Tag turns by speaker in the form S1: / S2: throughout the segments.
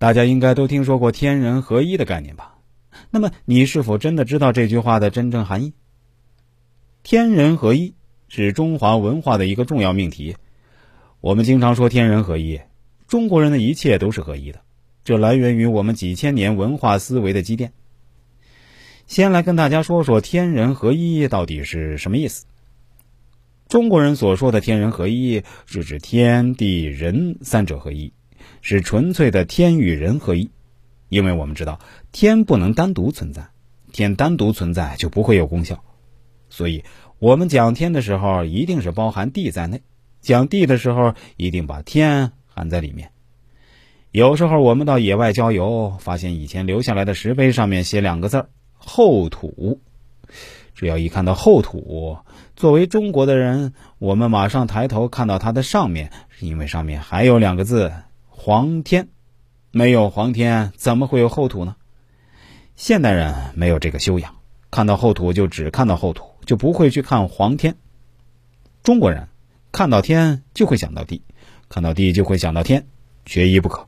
S1: 大家应该都听说过天人合一的概念吧？那么你是否真的知道这句话的真正含义？天人合一是中华文化的一个重要命题。我们经常说天人合一，中国人的一切都是合一的，这来源于我们几千年文化思维的积淀。先来跟大家说说天人合一到底是什么意思。中国人所说的天人合一是指天地人三者合一，是纯粹的天与人合一。因为我们知道天不能单独存在，天单独存在就不会有功效，所以我们讲天的时候一定是包含地在内，讲地的时候一定把天含在里面。有时候我们到野外郊游，发现以前留下来的石碑上面写两个字后土，只要一看到后土，作为中国的人，我们马上抬头看到它的上面，是因为上面还有两个字黄天。没有黄天怎么会有后土呢？现代人没有这个修养，看到后土就只看到后土，就不会去看黄天。中国人看到天就会想到地，看到地就会想到天，缺一不可。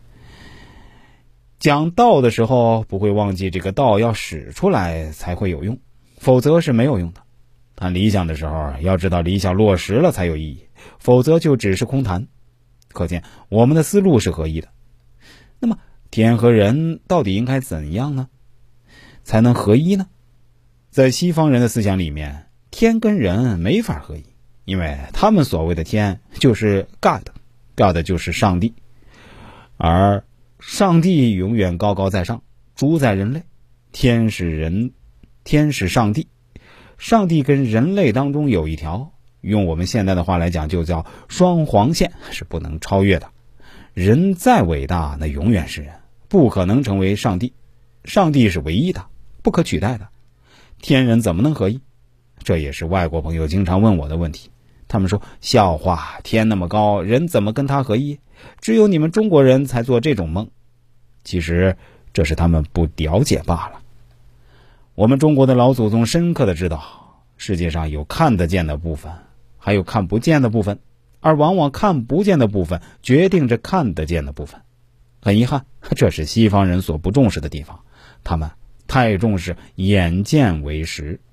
S1: 讲道的时候不会忘记这个道要使出来才会有用，否则是没有用的。谈理想的时候要知道理想落实了才有意义，否则就只是空谈。可见我们的思路是合一的。那么天和人到底应该怎样呢？才能合一呢？在西方人的思想里面，天跟人没法合一，因为他们所谓的天就是 God 就是上帝，而上帝永远高高在上，主宰人类。天是人，天是上帝，上帝跟人类当中有一条，用我们现代的话来讲就叫双黄线，是不能超越的。人再伟大，那永远是人，不可能成为上帝。上帝是唯一的，不可取代的。天人怎么能合一？这也是外国朋友经常问我的问题。他们说，笑话，天那么高，人怎么跟他合一？只有你们中国人才做这种梦。其实这是他们不了解罢了。我们中国的老祖宗深刻的知道，世界上有看得见的部分，还有看不见的部分，而往往看不见的部分决定着看得见的部分。很遗憾，这是西方人所不重视的地方，他们太重视眼见为实。